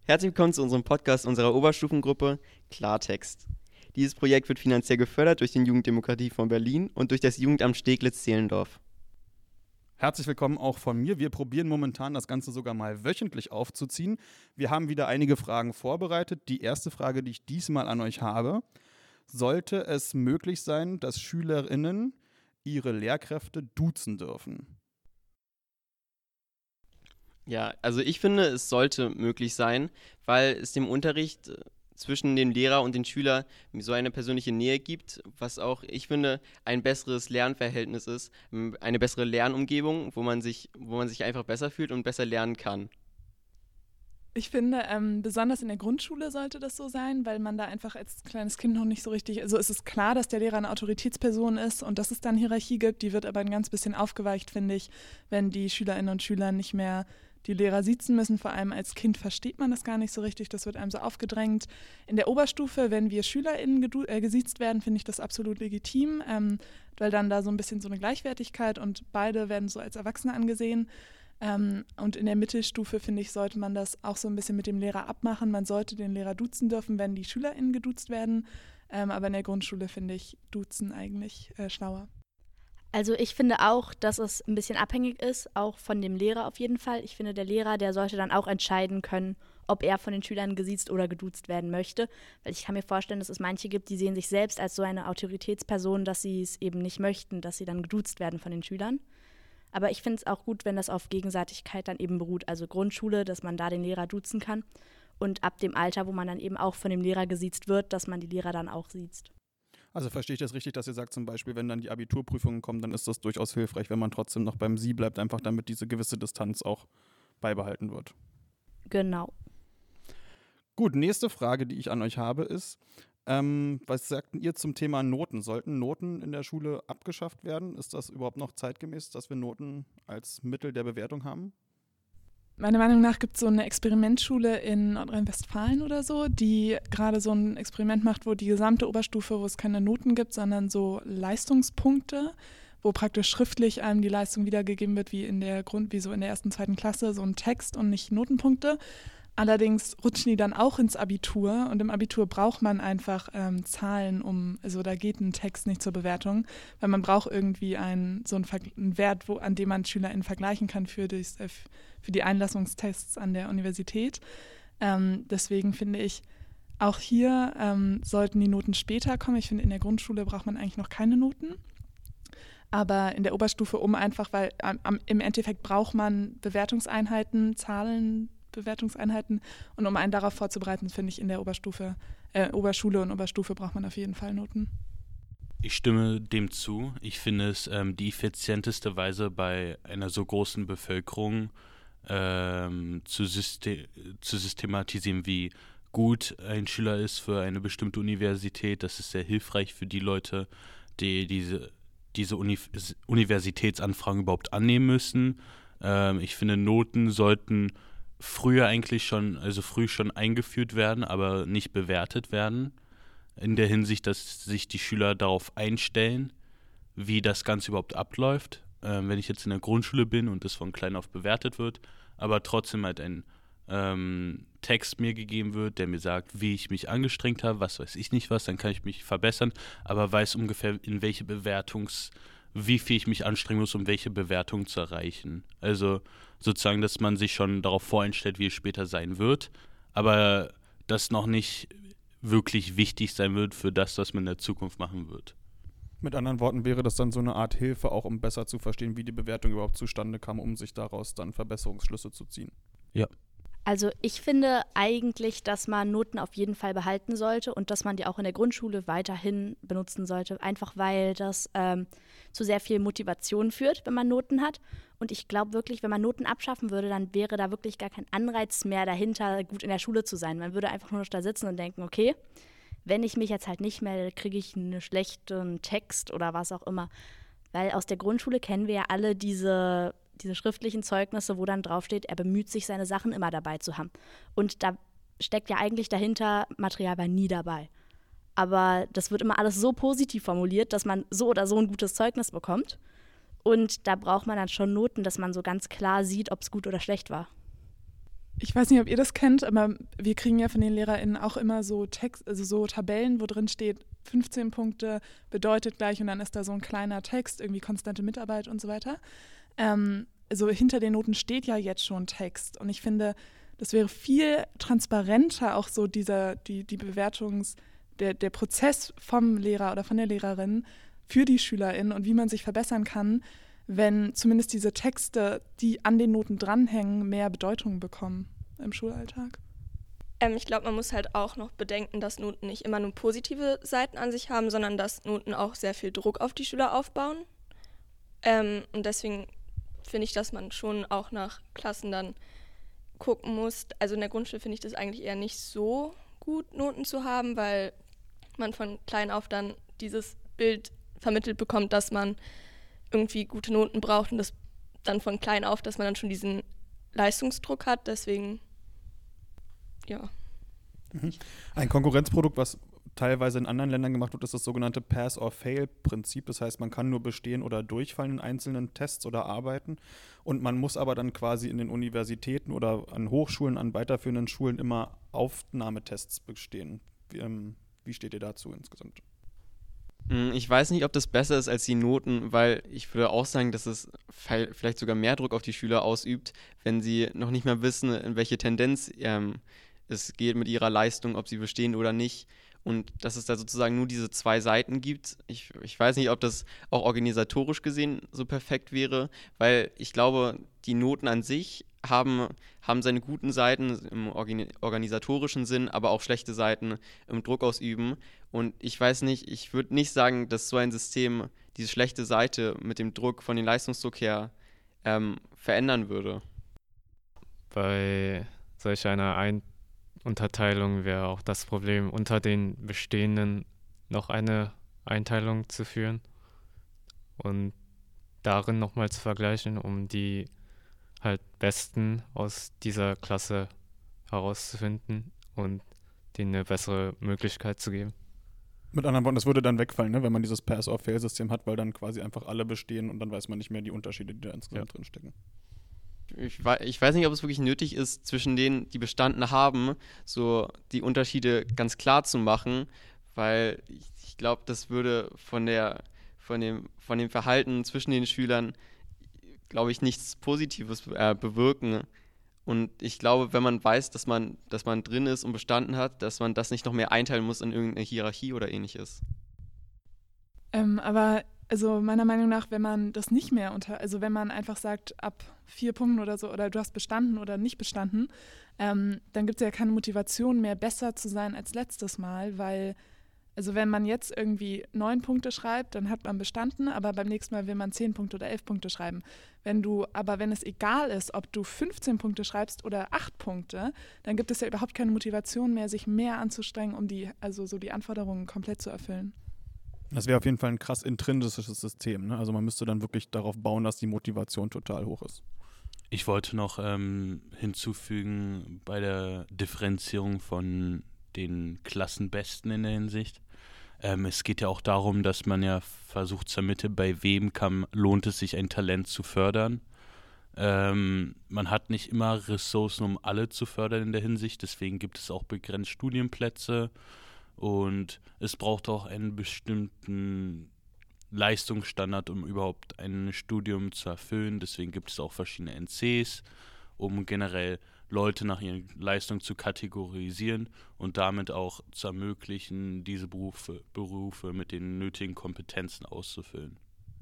Herzlich willkommen zu unserem Podcast unserer Oberstufengruppe Klartext. Dieses Projekt wird finanziell gefördert durch den Jugenddemokratiefonds Berlin und durch das Jugendamt Steglitz-Zehlendorf. Herzlich willkommen auch von mir. Wir probieren momentan das Ganze sogar mal wöchentlich aufzuziehen. Wir haben wieder einige Fragen vorbereitet. Die erste Frage, die ich diesmal an euch habe: Sollte es möglich sein, dass SchülerInnen ihre Lehrkräfte duzen dürfen? Ja, also ich finde, es sollte möglich sein, weil es dem Unterricht zwischen dem Lehrer und den Schüler so eine persönliche Nähe gibt, was auch, ich finde, ein besseres Lernverhältnis ist, eine bessere Lernumgebung, wo man sich einfach besser fühlt und besser lernen kann. Ich finde, besonders in der Grundschule sollte das so sein, weil man da einfach als kleines Kind noch nicht so richtig, also es ist klar, dass der Lehrer eine Autoritätsperson ist und dass es dann Hierarchie gibt, die wird aber ein ganz bisschen aufgeweicht, finde ich, wenn die Schülerinnen und Schüler nicht mehr die Lehrer siezen müssen. Vor allem als Kind versteht man das gar nicht so richtig, das wird einem so aufgedrängt. In der Oberstufe, wenn wir SchülerInnen gesiezt werden, finde ich das absolut legitim, weil dann da so ein bisschen so eine Gleichwertigkeit und beide werden so als Erwachsene angesehen. Und in der Mittelstufe, finde ich, sollte man das auch so ein bisschen mit dem Lehrer abmachen. Man sollte den Lehrer duzen dürfen, wenn die SchülerInnen geduzt werden. Aber in der Grundschule finde ich duzen eigentlich schlauer. Also ich finde auch, dass es ein bisschen abhängig ist, auch von dem Lehrer auf jeden Fall. Ich finde, der Lehrer, der sollte dann auch entscheiden können, ob er von den Schülern gesiezt oder geduzt werden möchte. Weil ich kann mir vorstellen, dass es manche gibt, die sehen sich selbst als so eine Autoritätsperson, dass sie es eben nicht möchten, dass sie dann geduzt werden von den Schülern. Aber ich finde es auch gut, wenn das auf Gegenseitigkeit dann eben beruht. Also Grundschule, dass man da den Lehrer duzen kann. Und ab dem Alter, wo man dann eben auch von dem Lehrer gesiezt wird, dass man die Lehrer dann auch siezt. Also verstehe ich das richtig, dass ihr sagt zum Beispiel, wenn dann die Abiturprüfungen kommen, dann ist das durchaus hilfreich, wenn man trotzdem noch beim Sie bleibt, einfach damit diese gewisse Distanz auch beibehalten wird. Genau. Gut, nächste Frage, die ich an euch habe, ist, was sagten ihr zum Thema Noten? Sollten Noten in der Schule abgeschafft werden? Ist das überhaupt noch zeitgemäß, dass wir Noten als Mittel der Bewertung haben? Meiner Meinung nach gibt es so eine Experimentschule in Nordrhein-Westfalen oder so, die gerade so ein Experiment macht, wo die gesamte Oberstufe, wo es keine Noten gibt, sondern so Leistungspunkte, wo praktisch schriftlich einem die Leistung wiedergegeben wird, wie so in der ersten, zweiten Klasse, so ein Text und nicht Notenpunkte. Allerdings rutschen die dann auch ins Abitur und im Abitur braucht man einfach Zahlen, also da geht ein Text nicht zur Bewertung, weil man braucht irgendwie einen Wert, an dem man SchülerInnen vergleichen kann für die Einlassungstests an der Universität. Deswegen finde ich, auch hier sollten die Noten später kommen. Ich finde, in der Grundschule braucht man eigentlich noch keine Noten. Aber in der Oberstufe weil im Endeffekt braucht man Bewertungseinheiten, Bewertungseinheiten. Und um einen darauf vorzubereiten, finde ich, in der Oberschule und Oberstufe braucht man auf jeden Fall Noten. Ich stimme dem zu. Ich finde es die effizienteste Weise, bei einer so großen Bevölkerung zu systematisieren, wie gut ein Schüler ist für eine bestimmte Universität. Das ist sehr hilfreich für die Leute, die diese Universitätsanfragen überhaupt annehmen müssen. Ich finde, Noten sollten früh schon eingeführt werden, aber nicht bewertet werden. In der Hinsicht, dass sich die Schüler darauf einstellen, wie das Ganze überhaupt abläuft. Wenn ich jetzt in der Grundschule bin und das von klein auf bewertet wird, aber trotzdem halt ein Text mir gegeben wird, der mir sagt, wie ich mich angestrengt habe, was weiß ich nicht was, dann kann ich mich verbessern, aber weiß ungefähr, wie viel ich mich anstrengen muss, um welche Bewertung zu erreichen. Also sozusagen, dass man sich schon darauf voreinstellt, wie es später sein wird, aber das noch nicht wirklich wichtig sein wird für das, was man in der Zukunft machen wird. Mit anderen Worten wäre das dann so eine Art Hilfe, auch um besser zu verstehen, wie die Bewertung überhaupt zustande kam, um sich daraus dann Verbesserungsschlüsse zu ziehen. Ja. Also ich finde eigentlich, dass man Noten auf jeden Fall behalten sollte und dass man die auch in der Grundschule weiterhin benutzen sollte, einfach weil das zu sehr viel Motivation führt, wenn man Noten hat. Und ich glaube wirklich, wenn man Noten abschaffen würde, dann wäre da wirklich gar kein Anreiz mehr dahinter, gut in der Schule zu sein. Man würde einfach nur noch da sitzen und denken, okay, wenn ich mich jetzt halt nicht melde, kriege ich einen schlechten Text oder was auch immer. Weil aus der Grundschule kennen wir ja alle diese schriftlichen Zeugnisse, wo dann draufsteht, er bemüht sich, seine Sachen immer dabei zu haben. Und da steckt ja eigentlich dahinter, Material war nie dabei. Aber das wird immer alles so positiv formuliert, dass man so oder so ein gutes Zeugnis bekommt. Und da braucht man dann schon Noten, dass man so ganz klar sieht, ob es gut oder schlecht war. Ich weiß nicht, ob ihr das kennt, aber wir kriegen ja von den LehrerInnen auch immer so Text, also so Tabellen, wo drin steht, 15 Punkte bedeutet gleich und dann ist da so ein kleiner Text, irgendwie konstante Mitarbeit und so weiter. Also hinter den Noten steht ja jetzt schon Text und ich finde, das wäre viel transparenter auch so die der Prozess vom Lehrer oder von der Lehrerin für die SchülerInnen und wie man sich verbessern kann, wenn zumindest diese Texte, die an den Noten dranhängen, mehr Bedeutung bekommen im Schulalltag. Ich glaube, man muss halt auch noch bedenken, dass Noten nicht immer nur positive Seiten an sich haben, sondern dass Noten auch sehr viel Druck auf die Schüler aufbauen. Und deswegen finde ich, dass man schon auch nach Klassen dann gucken muss. Also in der Grundschule finde ich das eigentlich eher nicht so gut, Noten zu haben, weil man von klein auf dann dieses Bild vermittelt bekommt, dass man irgendwie gute Noten braucht und das dann von klein auf, dass man dann schon diesen Leistungsdruck hat. Deswegen, ja. Ein Konkurrenzprodukt, was teilweise in anderen Ländern gemacht wird, ist das sogenannte Pass-or-Fail-Prinzip. Das heißt, man kann nur bestehen oder durchfallen in einzelnen Tests oder Arbeiten und man muss aber dann quasi in den Universitäten oder an Hochschulen, an weiterführenden Schulen immer Aufnahmetests bestehen. Wie steht ihr dazu insgesamt? Ich weiß nicht, ob das besser ist als die Noten, weil ich würde auch sagen, dass es vielleicht sogar mehr Druck auf die Schüler ausübt, wenn sie noch nicht mal wissen, in welche Tendenz es geht mit ihrer Leistung, ob sie bestehen oder nicht. Und dass es da sozusagen nur diese 2 Seiten gibt. Ich weiß nicht, ob das auch organisatorisch gesehen so perfekt wäre, weil ich glaube, die Noten an sich haben seine guten Seiten im organisatorischen Sinn, aber auch schlechte Seiten im Druck ausüben. Und ich weiß nicht, ich würde nicht sagen, dass so ein System diese schlechte Seite mit dem Druck von dem Leistungsdruck her verändern würde. Bei solch einer Unterteilung wäre auch das Problem, unter den bestehenden noch eine Einteilung zu führen und darin nochmal zu vergleichen, um die halt Besten aus dieser Klasse herauszufinden und denen eine bessere Möglichkeit zu geben. Mit anderen Worten, das würde dann wegfallen, ne, wenn man dieses Pass-or-Fail-System hat, weil dann quasi einfach alle bestehen und dann weiß man nicht mehr die Unterschiede, die da insgesamt drin stecken. Ich weiß nicht, ob es wirklich nötig ist, zwischen denen, die bestanden haben, so die Unterschiede ganz klar zu machen, weil ich glaube, das würde von dem Verhalten zwischen den Schülern, glaube ich, nichts Positives bewirken. Und ich glaube, wenn man weiß, dass man drin ist und bestanden hat, dass man das nicht noch mehr einteilen muss in irgendeine Hierarchie oder ähnliches. Aber also meiner Meinung nach, wenn man das nicht mehr also wenn man einfach sagt, ab 4 Punkten oder so, oder du hast bestanden oder nicht bestanden, dann gibt es ja keine Motivation mehr, besser zu sein als letztes Mal, weil, also wenn man jetzt irgendwie 9 Punkte schreibt, dann hat man bestanden, aber beim nächsten Mal will man 10 Punkte oder 11 Punkte schreiben. Wenn es egal ist, ob du 15 Punkte schreibst oder 8 Punkte, dann gibt es ja überhaupt keine Motivation mehr, sich mehr anzustrengen, um die Anforderungen komplett zu erfüllen. Das wäre auf jeden Fall ein krass intrinsisches System, ne? Also man müsste dann wirklich darauf bauen, dass die Motivation total hoch ist. Ich wollte noch hinzufügen bei der Differenzierung von den Klassenbesten in der Hinsicht. Es geht ja auch darum, dass man ja versucht zu ermitteln, bei wem lohnt es sich, ein Talent zu fördern. Man hat nicht immer Ressourcen, um alle zu fördern in der Hinsicht, deswegen gibt es auch begrenzt Studienplätze. Und es braucht auch einen bestimmten Leistungsstandard, um überhaupt ein Studium zu erfüllen. Deswegen gibt es auch verschiedene NCs, um generell Leute nach ihrer Leistung zu kategorisieren und damit auch zu ermöglichen, diese Berufe mit den nötigen Kompetenzen auszufüllen.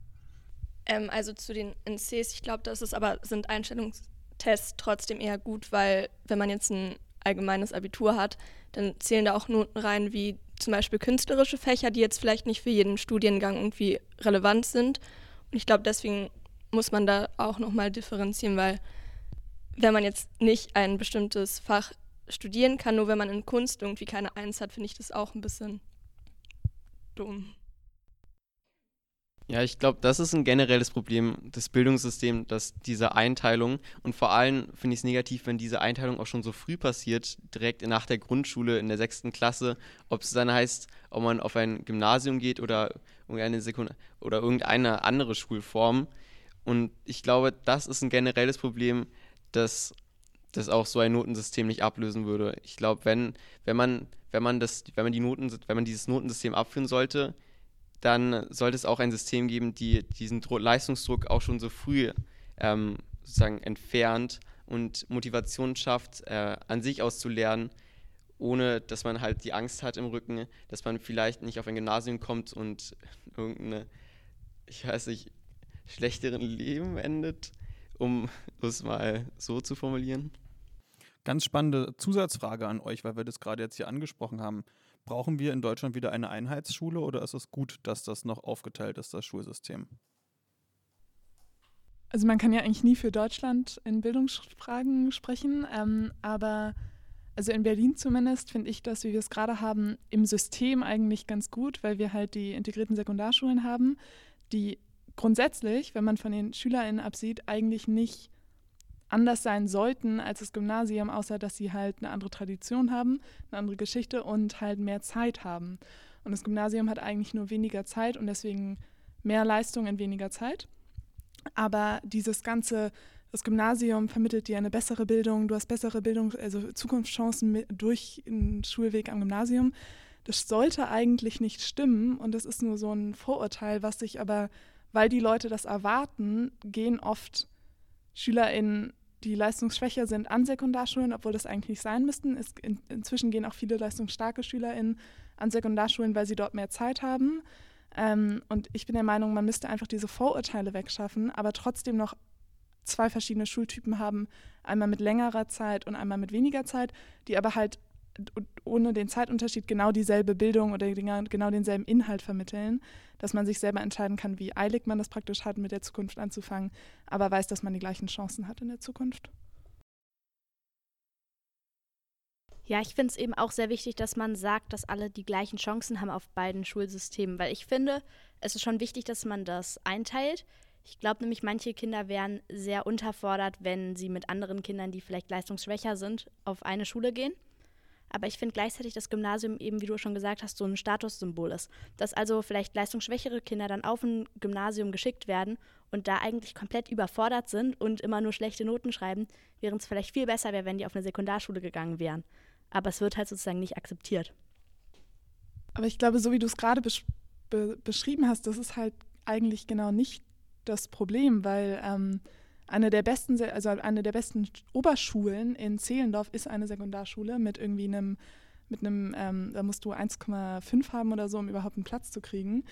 Also zu den NCs, ich glaube, sind Einstellungstests trotzdem eher gut, weil wenn man jetzt ein allgemeines Abitur hat, dann zählen da auch Noten rein, wie zum Beispiel künstlerische Fächer, die jetzt vielleicht nicht für jeden Studiengang irgendwie relevant sind. Und ich glaube, deswegen muss man da auch nochmal differenzieren, weil wenn man jetzt nicht ein bestimmtes Fach studieren kann, nur wenn man in Kunst irgendwie keine 1 hat, finde ich das auch ein bisschen dumm. Ja, ich glaube, das ist ein generelles Problem des Bildungssystems, dass diese Einteilung, und vor allem finde ich es negativ, wenn diese Einteilung auch schon so früh passiert, direkt nach der Grundschule in der 6. Klasse, ob es dann heißt, ob man auf ein Gymnasium geht oder irgendeine andere Schulform. Und ich glaube, das ist ein generelles Problem, dass das auch so ein Notensystem nicht ablösen würde. Ich glaube, wenn man dieses Notensystem abführen sollte, dann sollte es auch ein System geben, die diesen Leistungsdruck auch schon so früh sozusagen entfernt und Motivation schafft, an sich aus zu lernen, ohne dass man halt die Angst hat im Rücken, dass man vielleicht nicht auf ein Gymnasium kommt und irgendeine, ich weiß nicht, schlechteren Leben endet, um es mal so zu formulieren. Ganz spannende Zusatzfrage an euch, weil wir das gerade jetzt hier angesprochen haben. Brauchen wir in Deutschland wieder eine Einheitsschule oder ist es gut, dass das noch aufgeteilt ist, das Schulsystem? Also man kann ja eigentlich nie für Deutschland in Bildungsfragen sprechen, aber also in Berlin zumindest finde ich das, wie wir es gerade haben, im System eigentlich ganz gut, weil wir halt die integrierten Sekundarschulen haben, die grundsätzlich, wenn man von den SchülerInnen absieht, eigentlich nicht anders sein sollten als das Gymnasium, außer dass sie halt eine andere Tradition haben, eine andere Geschichte und halt mehr Zeit haben. Und das Gymnasium hat eigentlich nur weniger Zeit und deswegen mehr Leistung in weniger Zeit. Aber das Gymnasium vermittelt dir eine bessere Bildung, du hast bessere Bildung, also Zukunftschancen durch einen Schulweg am Gymnasium. Das sollte eigentlich nicht stimmen und das ist nur so ein Vorurteil, was sich aber, weil die Leute das erwarten, gehen oft SchülerInnen, die leistungsschwächer sind, an Sekundarschulen, obwohl das eigentlich nicht sein müssten. Inzwischen gehen auch viele leistungsstarke SchülerInnen an Sekundarschulen, weil sie dort mehr Zeit haben. Und ich bin der Meinung, man müsste einfach diese Vorurteile wegschaffen, aber trotzdem noch 2 verschiedene Schultypen haben, einmal mit längerer Zeit und einmal mit weniger Zeit, die aber halt ohne den Zeitunterschied genau dieselbe Bildung oder genau denselben Inhalt vermitteln, dass man sich selber entscheiden kann, wie eilig man das praktisch hat, mit der Zukunft anzufangen, aber weiß, dass man die gleichen Chancen hat in der Zukunft. Ja, ich finde es eben auch sehr wichtig, dass man sagt, dass alle die gleichen Chancen haben auf beiden Schulsystemen, weil ich finde, es ist schon wichtig, dass man das einteilt. Ich glaube nämlich, manche Kinder wären sehr unterfordert, wenn sie mit anderen Kindern, die vielleicht leistungsschwächer sind, auf eine Schule gehen. Aber ich finde gleichzeitig, dass Gymnasium eben, wie du schon gesagt hast, so ein Statussymbol ist. Dass also vielleicht leistungsschwächere Kinder dann auf ein Gymnasium geschickt werden und da eigentlich komplett überfordert sind und immer nur schlechte Noten schreiben, während es vielleicht viel besser wäre, wenn die auf eine Sekundarschule gegangen wären. Aber es wird halt sozusagen nicht akzeptiert. Aber ich glaube, so wie du es gerade beschrieben hast, das ist halt eigentlich genau nicht das Problem, weil eine der besten Oberschulen in Zehlendorf ist eine Sekundarschule mit irgendwie da musst du 1,5 haben oder so, um überhaupt einen Platz zu kriegen.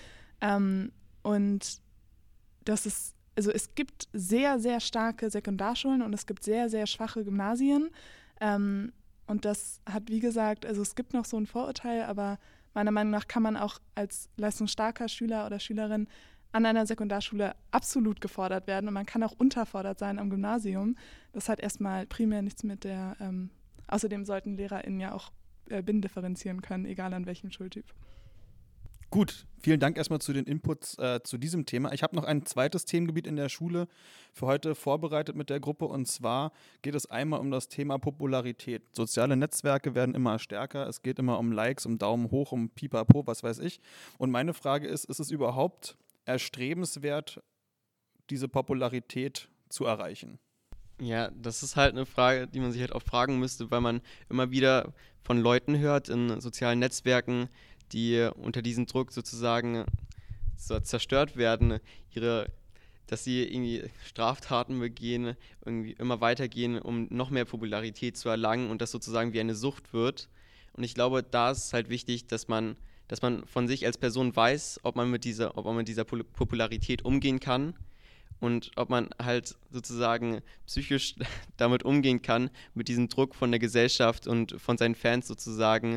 Und das ist, also es gibt sehr, sehr starke Sekundarschulen und es gibt sehr, sehr schwache Gymnasien. Und das hat, wie gesagt, also es gibt noch so ein Vorurteil, aber meiner Meinung nach kann man auch als leistungsstarker Schüler oder Schülerin an einer Sekundarschule absolut gefordert werden und man kann auch unterfordert sein am Gymnasium. Das hat erstmal primär nichts mit der, außerdem sollten LehrerInnen ja auch binnendifferenzieren können, egal an welchem Schultyp. Gut, vielen Dank erstmal zu den Inputs zu diesem Thema. Ich habe noch ein zweites Themengebiet in der Schule für heute vorbereitet mit der Gruppe und zwar geht es einmal um das Thema Popularität. Soziale Netzwerke werden immer stärker, es geht immer um Likes, um Daumen hoch, um Pipapo, was weiß ich. Und meine Frage ist es überhaupt erstrebenswert, diese Popularität zu erreichen? Ja, das ist halt eine Frage, die man sich halt auch fragen müsste, weil man immer wieder von Leuten hört in sozialen Netzwerken, die unter diesem Druck sozusagen so zerstört werden, dass sie irgendwie Straftaten begehen, irgendwie immer weitergehen, um noch mehr Popularität zu erlangen und das sozusagen wie eine Sucht wird. Und ich glaube, da ist es halt wichtig, dass man von sich als Person weiß, ob man mit dieser Popularität umgehen kann und ob man halt sozusagen psychisch damit umgehen kann, mit diesem Druck von der Gesellschaft und von seinen Fans sozusagen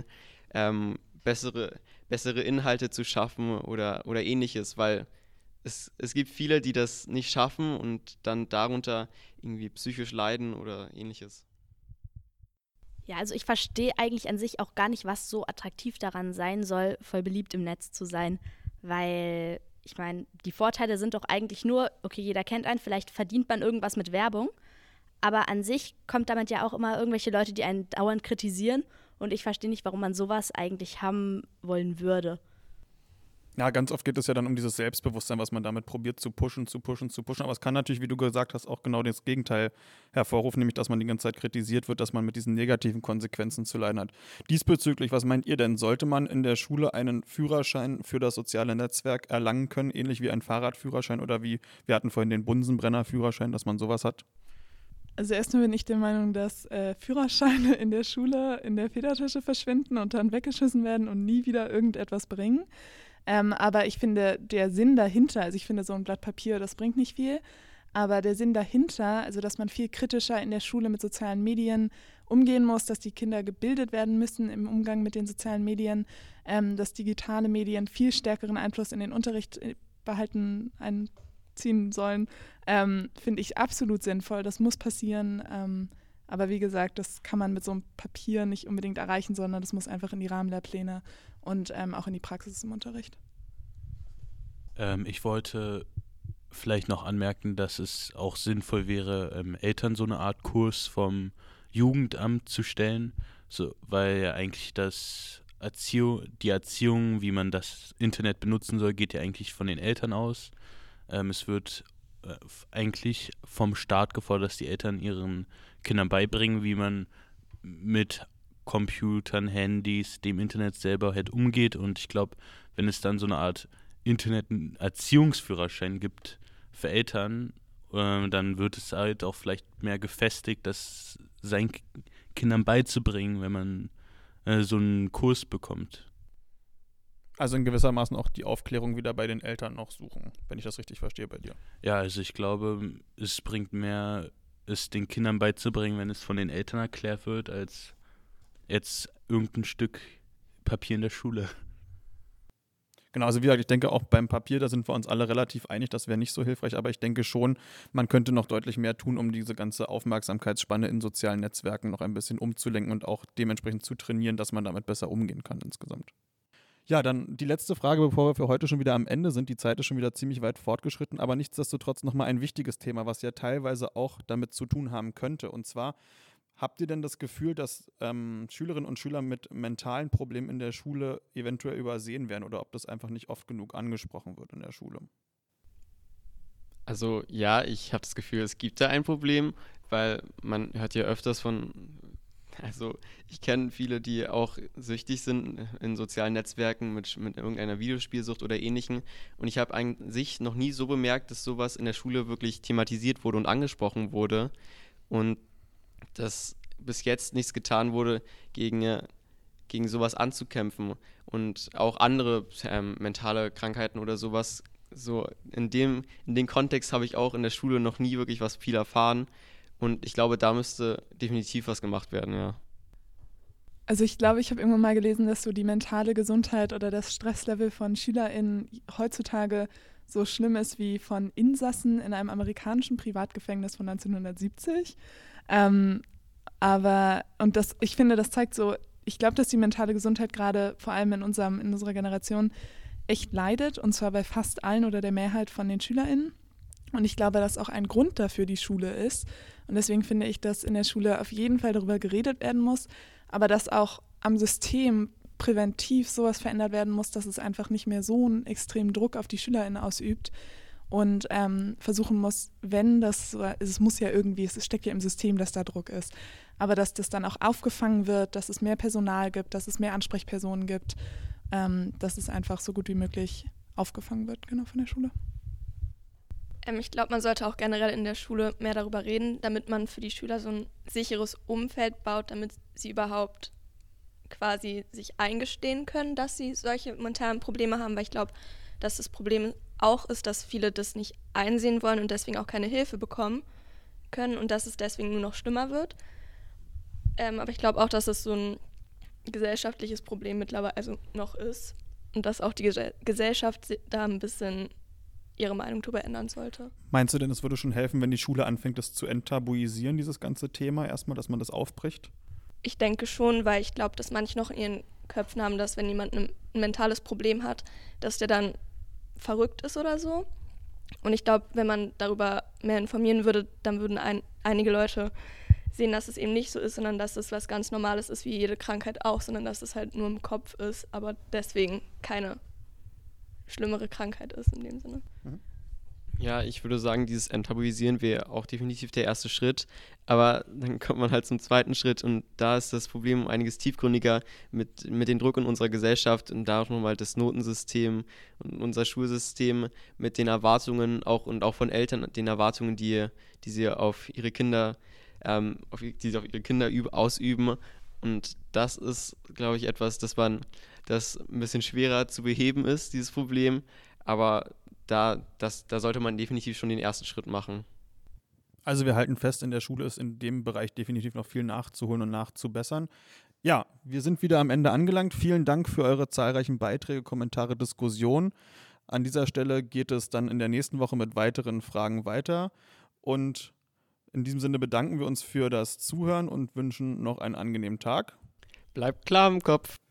bessere Inhalte zu schaffen oder ähnliches, weil es gibt viele, die das nicht schaffen und dann darunter irgendwie psychisch leiden oder ähnliches. Ja, also ich verstehe eigentlich an sich auch gar nicht, was so attraktiv daran sein soll, voll beliebt im Netz zu sein, weil ich meine, die Vorteile sind doch eigentlich nur, okay, jeder kennt einen, vielleicht verdient man irgendwas mit Werbung, aber an sich kommt damit ja auch immer irgendwelche Leute, die einen dauernd kritisieren und ich verstehe nicht, warum man sowas eigentlich haben wollen würde. Ja, ganz oft geht es ja dann um dieses Selbstbewusstsein, was man damit probiert zu pushen. Aber es kann natürlich, wie du gesagt hast, auch genau das Gegenteil hervorrufen, nämlich, dass man die ganze Zeit kritisiert wird, dass man mit diesen negativen Konsequenzen zu leiden hat. Diesbezüglich, was meint ihr denn? Sollte man in der Schule einen Führerschein für das soziale Netzwerk erlangen können, ähnlich wie ein Fahrradführerschein oder wie, wir hatten vorhin den Bunsenbrenner-Führerschein, dass man sowas hat? Also erstmal bin ich der Meinung, dass Führerscheine in der Schule in der Federtasche verschwinden und dann weggeschmissen werden und nie wieder irgendetwas bringen. Aber ich finde, der Sinn dahinter, also ich finde, so ein Blatt Papier, das bringt nicht viel, aber der Sinn dahinter, also dass man viel kritischer in der Schule mit sozialen Medien umgehen muss, dass die Kinder gebildet werden müssen im Umgang mit den sozialen Medien, dass digitale Medien viel stärkeren Einfluss in den Unterricht einziehen sollen, finde ich absolut sinnvoll. Das muss passieren. Aber wie gesagt, das kann man mit so einem Papier nicht unbedingt erreichen, sondern das muss einfach in die Rahmenlehrpläne und auch in die Praxis im Unterricht. Ich wollte vielleicht noch anmerken, dass es auch sinnvoll wäre, Eltern so eine Art Kurs vom Jugendamt zu stellen, weil ja eigentlich die Erziehung, wie man das Internet benutzen soll, geht ja eigentlich von den Eltern aus. Es wird eigentlich vom Staat gefordert, dass die Eltern ihren Kindern beibringen, wie man mit Computern, Handys, dem Internet selber halt umgeht. Und ich glaube, wenn es dann so eine Art Internet-Erziehungsführerschein gibt für Eltern, dann wird es halt auch vielleicht mehr gefestigt, das seinen Kindern beizubringen, wenn man so einen Kurs bekommt. Also in gewissermaßen auch die Aufklärung wieder bei den Eltern noch suchen, wenn ich das richtig verstehe bei dir. Ja, also ich glaube, es bringt mehr, es den Kindern beizubringen, wenn es von den Eltern erklärt wird, als jetzt irgendein Stück Papier in der Schule. Genau, also wie gesagt, ich denke auch beim Papier, da sind wir uns alle relativ einig, das wäre nicht so hilfreich, aber ich denke schon, man könnte noch deutlich mehr tun, um diese ganze Aufmerksamkeitsspanne in sozialen Netzwerken noch ein bisschen umzulenken und auch dementsprechend zu trainieren, dass man damit besser umgehen kann insgesamt. Ja, dann die letzte Frage, bevor wir für heute schon wieder am Ende sind. Die Zeit ist schon wieder ziemlich weit fortgeschritten, aber nichtsdestotrotz nochmal ein wichtiges Thema, was ja teilweise auch damit zu tun haben könnte. Und zwar, habt ihr denn das Gefühl, dass Schülerinnen und Schüler mit mentalen Problemen in der Schule eventuell übersehen werden oder ob das einfach nicht oft genug angesprochen wird in der Schule? Also ja, ich habe das Gefühl, es gibt da ein Problem, weil man hört ja öfters also ich kenne viele, die auch süchtig sind in sozialen Netzwerken mit irgendeiner Videospielsucht oder Ähnlichem. Und ich habe an sich noch nie so bemerkt, dass sowas in der Schule wirklich thematisiert wurde und angesprochen wurde. Und dass bis jetzt nichts getan wurde, gegen sowas anzukämpfen. Und auch andere mentale Krankheiten oder sowas, so in den Kontext habe ich auch in der Schule noch nie wirklich was viel erfahren. Und ich glaube, da müsste definitiv was gemacht werden, ja. Also ich glaube, ich habe irgendwann mal gelesen, dass so die mentale Gesundheit oder das Stresslevel von SchülerInnen heutzutage so schlimm ist wie von Insassen in einem amerikanischen Privatgefängnis von 1970. Ich finde, das zeigt so, ich glaube, dass die mentale Gesundheit gerade vor allem in unserer Generation echt leidet, und zwar bei fast allen oder der Mehrheit von den SchülerInnen. Und ich glaube, dass auch ein Grund dafür die Schule ist. Und deswegen finde ich, dass in der Schule auf jeden Fall darüber geredet werden muss, aber dass auch am System präventiv sowas verändert werden muss, dass es einfach nicht mehr so einen extremen Druck auf die SchülerInnen ausübt und versuchen muss, es muss ja irgendwie, es steckt ja im System, dass da Druck ist, aber dass das dann auch aufgefangen wird, dass es mehr Personal gibt, dass es mehr Ansprechpersonen gibt, dass es einfach so gut wie möglich aufgefangen wird, genau, von der Schule. Ich glaube, man sollte auch generell in der Schule mehr darüber reden, damit man für die Schüler so ein sicheres Umfeld baut, damit sie überhaupt quasi sich eingestehen können, dass sie solche mentalen Probleme haben, weil ich glaube, dass das Problem auch ist, dass viele das nicht einsehen wollen und deswegen auch keine Hilfe bekommen können und dass es deswegen nur noch schlimmer wird. Aber ich glaube auch, dass es so ein gesellschaftliches Problem mittlerweile noch ist und dass auch die Gesellschaft da ein bisschen ihre Meinung darüber ändern sollte. Meinst du denn, es würde schon helfen, wenn die Schule anfängt, das zu enttabuisieren, dieses ganze Thema erstmal, dass man das aufbricht? Ich denke schon, weil ich glaube, dass manche noch in ihren Köpfen haben, dass wenn jemand ein mentales Problem hat, dass der dann verrückt ist oder so. Und ich glaube, wenn man darüber mehr informieren würde, dann würden einige Leute sehen, dass es eben nicht so ist, sondern dass es was ganz Normales ist, wie jede Krankheit auch, sondern dass es halt nur im Kopf ist, aber deswegen keine schlimmere Krankheit ist in dem Sinne. Ja, ich würde sagen, dieses Enttabuisieren wäre auch definitiv der erste Schritt. Aber dann kommt man halt zum zweiten Schritt und da ist das Problem um einiges tiefgründiger mit dem Druck in unserer Gesellschaft und da nochmal das Notensystem und unser Schulsystem mit den Erwartungen und auch von Eltern, den Erwartungen, die sie auf ihre Kinder, ausüben. Und das ist, glaube ich, etwas, das ein bisschen schwerer zu beheben ist, dieses Problem. Aber da sollte man definitiv schon den ersten Schritt machen. Also wir halten fest, in der Schule ist in dem Bereich definitiv noch viel nachzuholen und nachzubessern. Ja, wir sind wieder am Ende angelangt. Vielen Dank für eure zahlreichen Beiträge, Kommentare, Diskussionen. An dieser Stelle geht es dann in der nächsten Woche mit weiteren Fragen weiter. Und in diesem Sinne bedanken wir uns für das Zuhören und wünschen noch einen angenehmen Tag. Bleibt klar im Kopf.